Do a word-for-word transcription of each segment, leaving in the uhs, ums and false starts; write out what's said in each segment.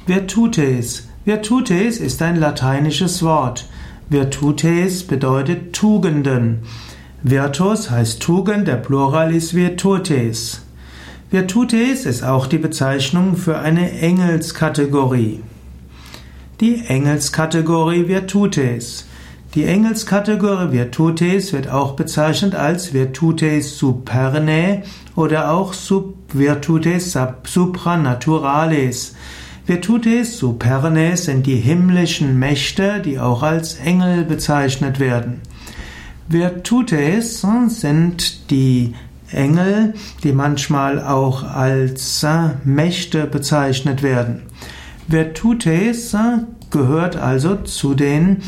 Virtutes. Virtutes ist ein lateinisches Wort. Virtutes bedeutet Tugenden. Virtus heißt Tugend, der Plural ist virtutes. Virtutes ist auch die Bezeichnung für eine Engelskategorie. Die Engelskategorie Virtutes. Die Engelskategorie Virtutes wird auch bezeichnet als Virtutes supernae oder auch Virtutes supranaturales. Virtutes supernae sind die himmlischen Mächte, die auch als Engel bezeichnet werden. Virtutes sind die Engel, die manchmal auch als Mächte bezeichnet werden. Virtutes gehört also zu den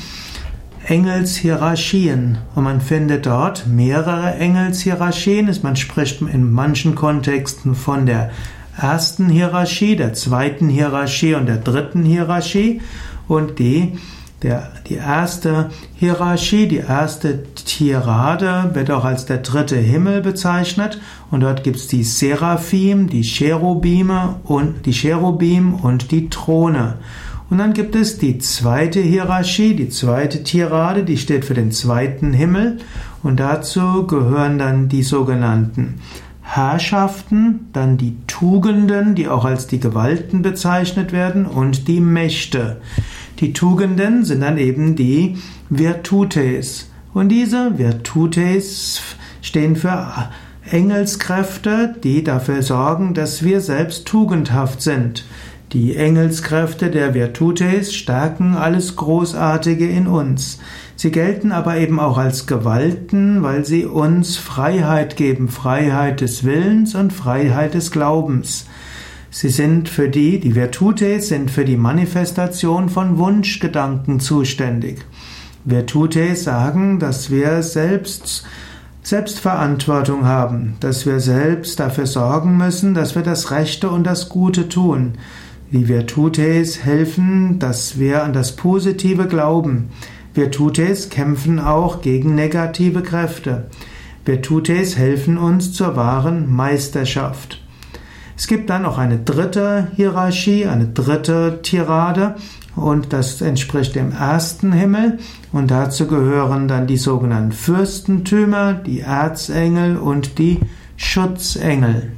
Engelshierarchien und man findet dort mehrere Engelshierarchien. Man spricht in manchen Kontexten von der ersten Hierarchie, der zweiten Hierarchie und der dritten Hierarchie. Und die, der, die erste Hierarchie, die erste Tirade wird auch als der dritte Himmel bezeichnet. Und dort gibt es die Seraphim, die Cherubime und die Cherubim und die Throne. Und dann gibt es die zweite Hierarchie, die zweite Tirade, die steht für den zweiten Himmel. Und dazu gehören dann die sogenannten Herrschaften, dann die Tugenden, die auch als die Gewalten bezeichnet werden, und die Mächte. Die Tugenden sind dann eben die Virtutes. Und diese Virtutes stehen für Engelskräfte, die dafür sorgen, dass wir selbst tugendhaft sind. Die Engelskräfte der Virtutes stärken alles Großartige in uns. Sie gelten aber eben auch als Gewalten, weil sie uns Freiheit geben, Freiheit des Willens und Freiheit des Glaubens. Sie sind für die, die Virtutes sind für die Manifestation von Wunschgedanken zuständig. Virtutes sagen, dass wir selbst Selbstverantwortung haben, dass wir selbst dafür sorgen müssen, dass wir das Rechte und das Gute tun. Die Virtutes helfen, dass wir an das Positive glauben. Virtutes kämpfen auch gegen negative Kräfte. Virtutes helfen uns zur wahren Meisterschaft. Es gibt dann noch eine dritte Hierarchie, eine dritte Tirade, und das entspricht dem ersten Himmel, und dazu gehören dann die sogenannten Fürstentümer, die Erzengel und die Schutzengel.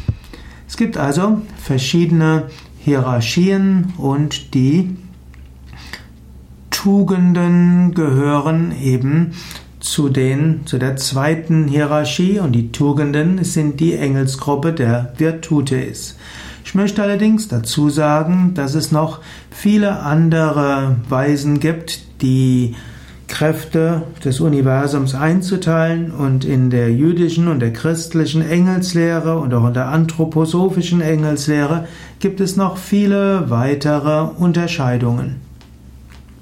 Es gibt also verschiedene Hierarchien und die Tugenden gehören eben zu den, zu der zweiten Hierarchie, und die Tugenden sind die Engelsgruppe der Virtutes. Ich möchte allerdings dazu sagen, dass es noch viele andere Weisen gibt, die Kräfte des Universums einzuteilen, und in der jüdischen und der christlichen Engelslehre und auch in der anthroposophischen Engelslehre gibt es noch viele weitere Unterscheidungen.